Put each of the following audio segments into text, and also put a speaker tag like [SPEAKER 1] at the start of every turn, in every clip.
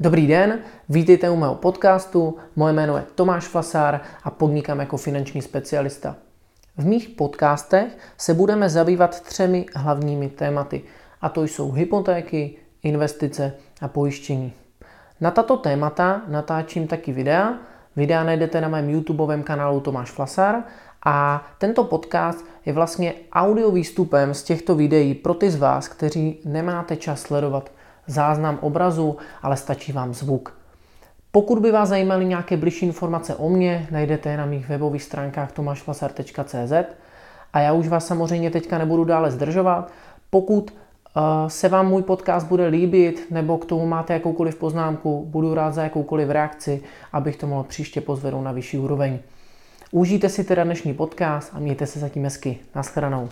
[SPEAKER 1] Dobrý den, vítejte u mého podcastu, moje jméno je Tomáš Flasár a podnikám jako finanční specialista. V mých podcastech se budeme zabývat 3 hlavními tématy, a to jsou hypotéky, investice a pojištění. Na tato témata natáčím taky videa. Videa najdete na mém YouTubeovém kanálu Tomáš Flasár a tento podcast je vlastně audio výstupem z těchto videí pro ty z vás, kteří nemáte čas sledovat záznam obrazu, ale stačí vám zvuk. Pokud by vás zajímaly nějaké bližší informace o mně, najdete je na mých webových stránkách tomašflasar.cz a já už vás samozřejmě teďka nebudu dále zdržovat. Pokud se vám můj podcast bude líbit nebo k tomu máte jakoukoliv poznámku, budu rád za jakoukoliv reakci, abych to mohl příště pozvednout na vyšší úroveň. Užijte si teda dnešní podcast a mějte se zatím hezky. Naschledanou.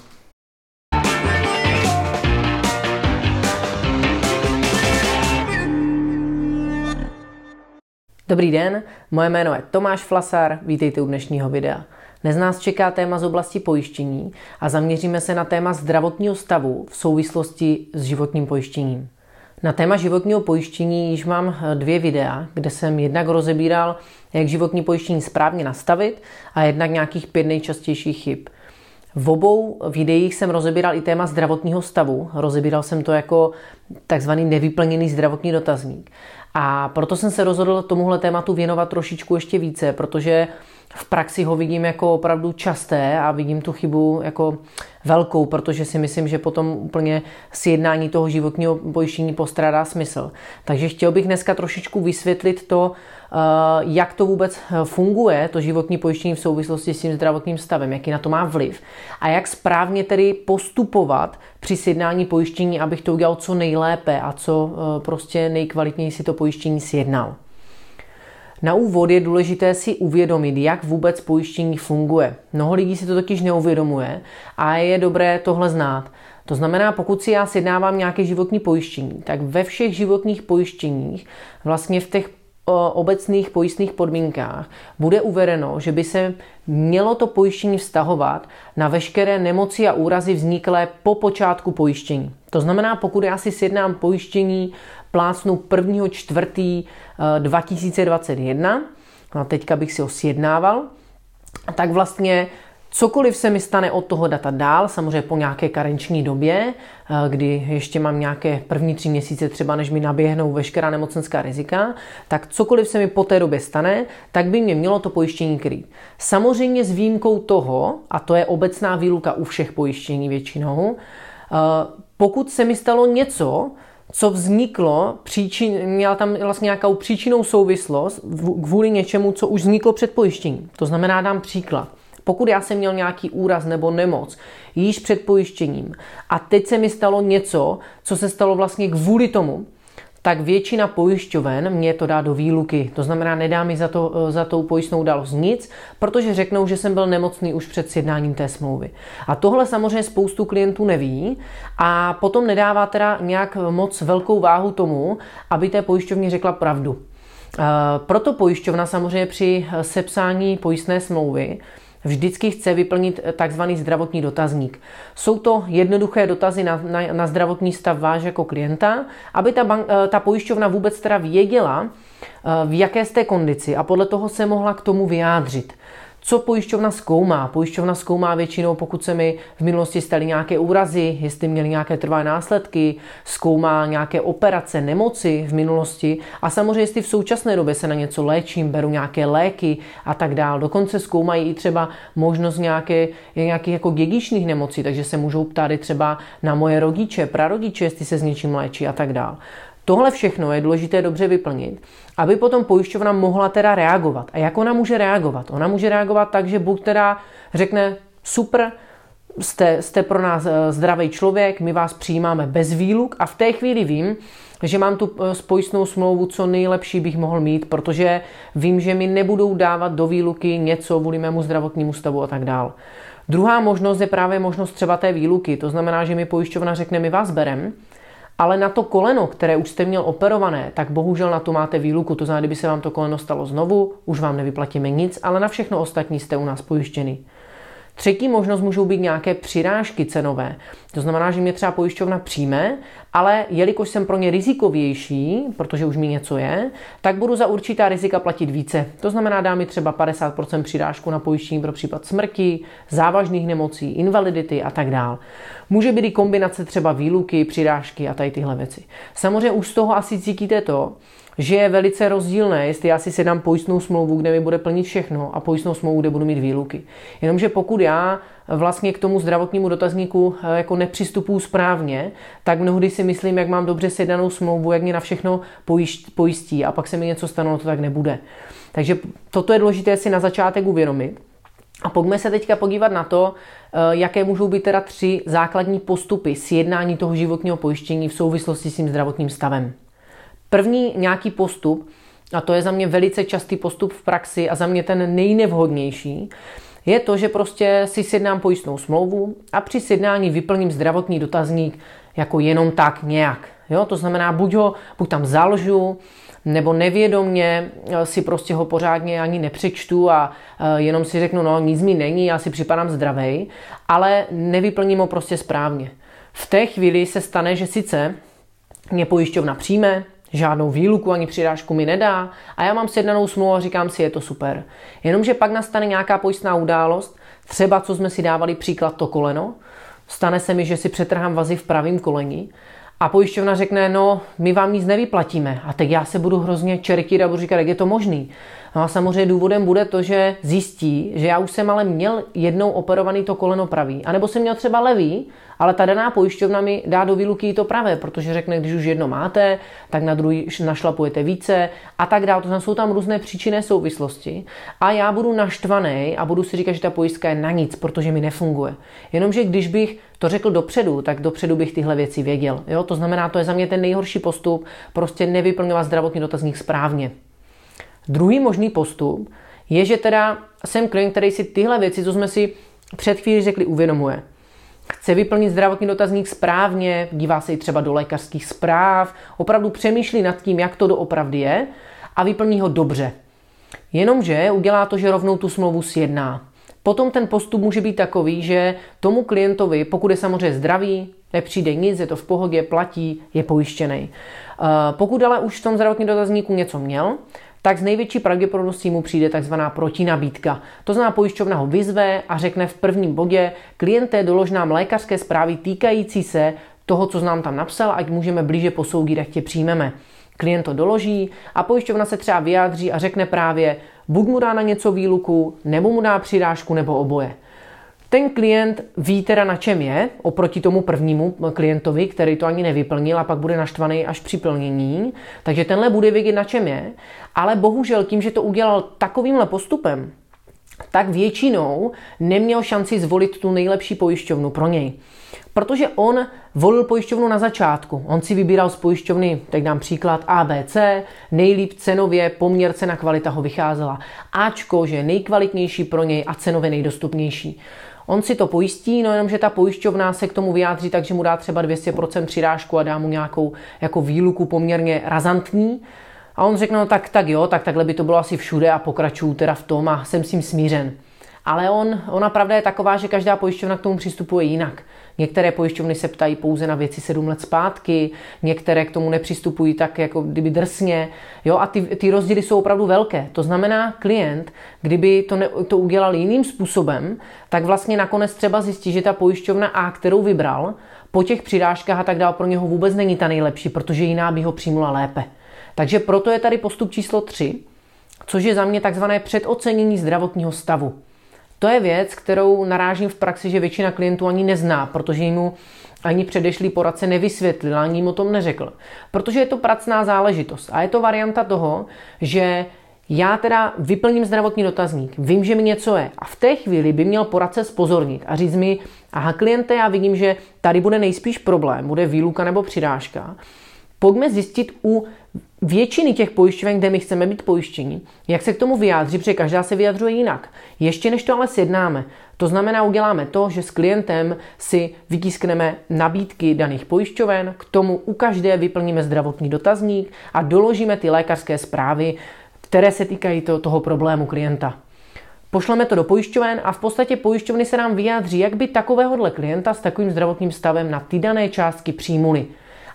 [SPEAKER 1] Dobrý den, moje jméno je Tomáš Flasár, vítejte u dnešního videa. Dnes nás čeká téma z oblasti pojištění a zaměříme se na téma zdravotního stavu v souvislosti s životním pojištěním. Na téma životního pojištění již mám 2 videa, kde jsem jednak rozebíral, jak životní pojištění správně nastavit a jednak nějakých 5 nejčastějších chyb. V obou videích jsem rozebíral i téma zdravotního stavu. Rozebíral jsem to jako takzvaný nevyplněný zdravotní dotazník. A proto jsem se rozhodl tomuhle tématu věnovat trošičku ještě více, protože v praxi ho vidím jako opravdu časté a vidím tu chybu jako velkou, protože si myslím, že potom úplně sjednání toho životního pojištění postrádá smysl. Takže chtěl bych dneska trošičku vysvětlit to, jak to vůbec funguje, to životní pojištění v souvislosti s tím zdravotním stavem, jaký na to má vliv a jak správně tedy postupovat při sjednání pojištění, abych to udělal co nejlépe a co prostě nejkvalitněji si to pojištění sjednal. Na úvod je důležité si uvědomit, jak vůbec pojištění funguje. Mnoho lidí si to totiž neuvědomuje a je dobré tohle znát. To znamená, pokud si já sjednávám nějaké životní pojištění, tak ve všech životních pojištěních, vlastně v těch obecných pojistných podmínkách, bude uvedeno, že by se mělo to pojištění vztahovat na veškeré nemoci a úrazy vzniklé po počátku pojištění. To znamená, pokud já si sjednám pojištění, plácnu 1.4.2021, a teďka bych si ho sjednával, tak vlastně cokoliv se mi stane od toho data dál, samozřejmě po nějaké karenční době, kdy ještě mám nějaké první 3 měsíce třeba, než mi naběhnou veškerá nemocenská rizika, tak cokoliv se mi po té době stane, tak by mě mělo to pojištění krýt. Samozřejmě s výjimkou toho, a to je obecná výluka u všech pojištění většinou, pokud se mi stalo něco, co vzniklo, měla tam vlastně nějakou příčinnou souvislost kvůli něčemu, co už vzniklo před pojištěním. To znamená, dám příklad. Pokud já jsem měl nějaký úraz nebo nemoc již před pojištěním a teď se mi stalo něco, co se stalo vlastně kvůli tomu, tak většina pojišťoven mě to dá do výluky. To znamená, nedá mi za tou pojistnou událost nic, protože řeknou, že jsem byl nemocný už před sjednáním té smlouvy. A tohle samozřejmě spoustu klientů neví a potom nedává teda nějak moc velkou váhu tomu, aby té pojišťovně řekla pravdu. Proto pojišťovna samozřejmě při sepsání pojistné smlouvy vždycky chce vyplnit takzvaný zdravotní dotazník. Jsou to jednoduché dotazy na zdravotní stav váš jako klienta, aby ta pojišťovna vůbec teda věděla, v jaké jste kondici a podle toho se mohla k tomu vyjádřit. Co pojišťovna zkoumá? Pojišťovna zkoumá většinou, pokud se mi v minulosti staly nějaké úrazy, jestli měly nějaké trvalé následky, zkoumá nějaké operace, nemoci v minulosti a samozřejmě, jestli v současné době se na něco léčím, beru nějaké léky a tak dál. Dokonce zkoumají i třeba možnost nějakých jako dědičných nemocí, takže se můžou ptát i třeba na moje rodiče, prarodiče, jestli se s něčím léčí a tak dál. Tohle všechno je důležité dobře vyplnit, aby potom pojišťovna mohla teda reagovat. A jak ona může reagovat? Ona může reagovat tak, že buď teda řekne super, jste pro nás zdravý člověk, my vás přijímáme bez výluk a v té chvíli vím, že mám tu pojistnou smlouvu, co nejlepší bych mohl mít, protože vím, že mi nebudou dávat do výluky něco kvůli mému zdravotnímu stavu a tak dál. Druhá možnost je právě možnost třeba té výluky. To znamená, že mi pojišťovna řekne, my vás berem, ale na to koleno, které už jste měl operované, tak bohužel na to máte výluku. To znamená, kdyby se vám to koleno stalo znovu, už vám nevyplatíme nic, ale na všechno ostatní jste u nás pojištěný. Třetí možnost můžou být nějaké přirážky cenové. To znamená, že mě třeba pojišťovna přijme ale jelikož jsem pro ně rizikovější, protože už mi něco je, tak budu za určitá rizika platit více. To znamená, dá mi třeba 50% přirážku na pojištění pro případ smrti, závažných nemocí, invalidity a tak dál. Může být i kombinace třeba výluky, přirážky a tady tyhle věci. Samozřejmě už z toho asi cítíte to, že je velice rozdílné, jestli já si sedám pojistnou smlouvu, kde mi bude plnit všechno, a pojistnou smlouvu, kde budu mít výluky. Jenomže pokud já vlastně k tomu zdravotnímu dotazníku jako nepřistupuju správně, tak mnohdy si myslím, jak mám dobře sjednanou smlouvu, jak mě na všechno pojistí a pak se mi něco stane, to tak nebude. Takže toto je důležité si na začátek uvědomit. A pojďme se teďka podívat na to, jaké můžou být teda 3 základní postupy sjednání toho životního pojištění v souvislosti s tím zdravotním stavem. První nějaký postup, a to je za mě velice častý postup v praxi a za mě ten nejnevhodnější, je to, že prostě si sjednám pojistnou smlouvu a při sjednání vyplním zdravotní dotazník jako jenom tak nějak. Jo? To znamená, buď tam zalžu, nebo nevědomně si prostě ho pořádně ani nepřečtu a jenom si řeknu, no nic mi není, já si připadám zdravej, ale nevyplním ho prostě správně. V té chvíli se stane, že sice mě pojišťovna přijme, žádnou výluku ani přirážku mi nedá a já mám sjednanou smlouvu a říkám si, je to super. Jenomže pak nastane nějaká pojistná událost, třeba co jsme si dávali příklad to koleno, stane se mi, že si přetrhám vazy v pravém koleni a pojišťovna řekne, no my vám nic nevyplatíme a teď já se budu hrozně čertit a budu říkat, jak je to možný. No a samozřejmě důvodem bude to, že zjistí, že já už jsem ale měl jednou operovaný to koleno pravý, anebo jsem měl třeba levý, ale ta daná pojišťovna mi dá do výluky to pravé, protože řekne, když už jedno máte, tak na druhý našlapujete více a tak dále. To znamená, jsou tam různé příčinné souvislosti a já budu naštvaný a budu si říkat, že ta pojistka je na nic, protože mi nefunguje. Jenomže když bych to řekl dopředu, tak dopředu bych tyhle věci věděl. Jo? To znamená, to je za mě ten nejhorší postup, prostě nevyplňovat zdravotní dotazník správně. Druhý možný postup je, že teda jsem klient, který si tyhle věci, co jsme si před chvíli řekli, uvědomuje. Chce vyplnit zdravotní dotazník správně, dívá se i třeba do lékařských zpráv, opravdu přemýšlí nad tím, jak to doopravdy je a vyplní ho dobře. Jenomže udělá to, že rovnou tu smlouvu sjedná. Potom ten postup může být takový, že tomu klientovi, pokud je samozřejmě zdravý, nepřijde nic, je to v pohodě, platí, je pojištěný. Pokud ale už v tom zdravotním dotazníku něco měl, tak z největší pravděpodobností mu přijde takzvaná protinabídka. To znamená, pojišťovna ho vyzve a řekne v prvním bodě, klienté, dolož nám lékařské zprávy týkající se toho, co nám tam napsal, ať můžeme blíže posoudit, jak tě přijmeme. Klient to doloží a pojišťovna se třeba vyjádří a řekne právě, buď mu dá na něco výluku, nebo mu dá přirážku, nebo oboje. Ten klient ví teda, na čem je, oproti tomu prvnímu klientovi, který to ani nevyplnil a pak bude naštvaný až při plnění. Takže tenhle bude vědět, na čem je, ale bohužel tím, že to udělal takovýmhle postupem, tak většinou neměl šanci zvolit tu nejlepší pojišťovnu pro něj. Protože on volil pojišťovnu na začátku. On si vybíral z pojišťovny, tak dám příklad, ABC, nejlíp cenově, poměr cena kvalita ho vycházela. Ačko, že je nejkvalitnější pro něj a cenově nejdostupnější. On si to pojistí, no jenom, že ta pojišťovna se k tomu vyjádří tak, že mu dá třeba 200% přirážku a dá mu nějakou jako výluku poměrně razantní. A on řekne, no tak jo, tak takhle by to bylo asi všude a pokračuju teda v tom a jsem s tím smířen. Ale ona pravda je taková, že každá pojišťovna k tomu přistupuje jinak. Některé pojišťovny se ptají pouze na věci 7 let zpátky, některé k tomu nepřistupují tak jako kdyby drsně. Jo, a ty rozdíly jsou opravdu velké. To znamená, klient, kdyby to udělal jiným způsobem, tak vlastně nakonec třeba zjistí, že ta pojišťovna A, kterou vybral, po těch přirážkách a tak dále pro něho vůbec není ta nejlepší, protože jiná by ho přijmula lépe. Takže proto je tady postup číslo 3, což je za mě takzvané předocenění zdravotního stavu. To je věc, kterou narážím v praxi, že většina klientů ani nezná, protože jim ani předešlý poradce nevysvětlil, ani jim o tom neřekl. Protože je to pracná záležitost a je to varianta toho, že já teda vyplním zdravotní dotazník, vím, že mi něco je a v té chvíli by měl poradce zpozornit a říct mi, aha kliente, já vidím, že tady bude nejspíš problém, bude výluka nebo přirážka. Pojďme zjistit u většiny těch pojišťoven, kde my chceme být pojištění, jak se k tomu vyjádří, protože každá se vyjadřuje jinak. Ještě než to ale sjednáme, to znamená, uděláme to, že s klientem si vytiskneme nabídky daných pojišťoven, k tomu u každé vyplníme zdravotní dotazník a doložíme ty lékařské zprávy, které se týkají toho problému klienta. Pošleme to do pojišťoven a v podstatě pojišťovny se nám vyjádří, jak by takovéhohle klienta s takovým zdravotním stavem na ty dané částky přijmuli.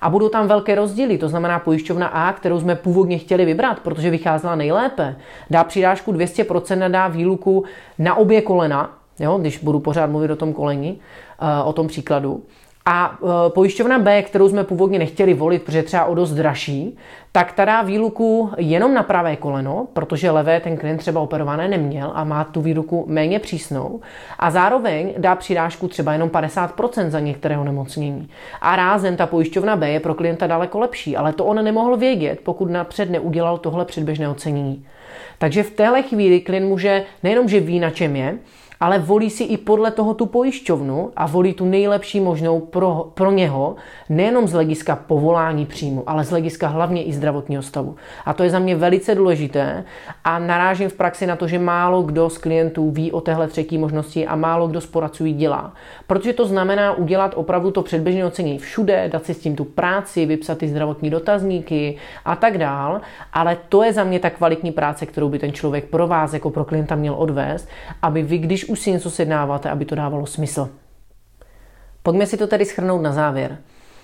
[SPEAKER 1] A budou tam velké rozdíly, to znamená pojišťovna A, kterou jsme původně chtěli vybrat, protože vycházela nejlépe, dá přirážku 200% a dá výluku na obě kolena, jo, když budu pořád mluvit o tom koleni, o tom příkladu. A pojišťovna B, kterou jsme původně nechtěli volit, protože je třeba o dost dražší, tak ta dá výluku jenom na pravé koleno, protože levé ten klient třeba operované neměl a má tu výluku méně přísnou. A zároveň dá přirážku třeba jenom 50% za některé onemocnění. A rázem ta pojišťovna B je pro klienta daleko lepší, ale to on nemohl vědět, pokud napřed neudělal tohle předběžné ocenění. Takže v téhle chvíli klient může nejenom, že ví, na čem je, ale volí si i podle toho tu pojišťovnu a volí tu nejlepší možnou pro něho, nejenom z hlediska povolání příjmu, ale z hlediska hlavně i zdravotního stavu. A to je za mě velice důležité a narážím v praxi na to, že málo kdo z klientů ví o téhle třetí možnosti a málo kdo z poradců dělá. Protože to znamená udělat opravdu to předběžné ocenění všude, dát si s tím tu práci, vypsat ty zdravotní dotazníky a tak dál, ale to je za mě ta kvalitní práce, kterou by ten člověk pro vás jako pro klienta měl odvést, aby vy, když už si něco sjednáváte, aby to dávalo smysl. Pojďme si to tedy shrnout na závěr.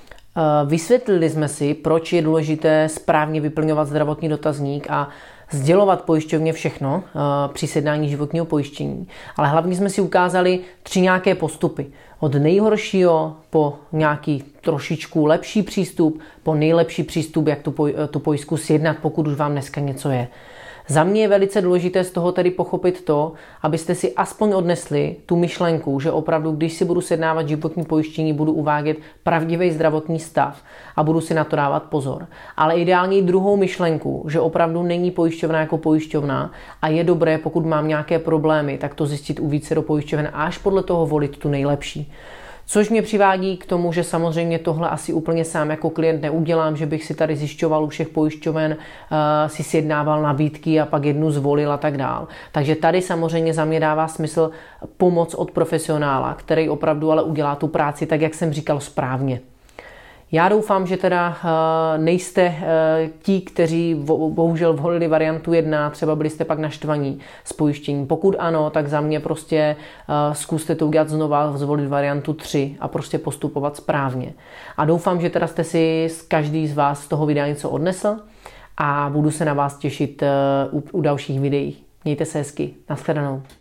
[SPEAKER 1] Vysvětlili jsme si, proč je důležité správně vyplňovat zdravotní dotazník a sdělovat pojišťovně všechno při sjednání životního pojištění. Ale hlavně jsme si ukázali 3 nějaké postupy. Od nejhoršího po nějaký trošičku lepší přístup, po nejlepší přístup, jak tu pojistku sjednat, pokud už vám dneska něco je. Za mě je velice důležité z toho tedy pochopit to, abyste si aspoň odnesli tu myšlenku, že opravdu, když si budu sjednávat životní pojištění, budu uvádět pravdivý zdravotní stav a budu si na to dávat pozor. Ale ideálně i druhou myšlenku, že opravdu není pojišťovna jako pojišťovna a je dobré, pokud mám nějaké problémy, tak to zjistit u více do pojišťoven a až podle toho volit tu nejlepší. Což mě přivádí k tomu, že samozřejmě tohle asi úplně sám jako klient neudělám, že bych si tady zjišťoval u všech pojišťoven, si sjednával nabídky a pak jednu zvolil a tak dál. Takže tady samozřejmě za mě dává smysl pomoc od profesionála, který opravdu ale udělá tu práci tak, jak jsem říkal, správně. Já doufám, že teda nejste ti, kteří bohužel volili variantu 1, třeba byli jste pak naštvaní z pojištění. Pokud ano, tak za mě prostě zkuste to udělat znova, zvolit variantu 3 a prostě postupovat správně. A doufám, že teda jste si každý z vás z toho videa něco odnesl a budu se na vás těšit u dalších videí. Mějte se hezky. Nashledanou.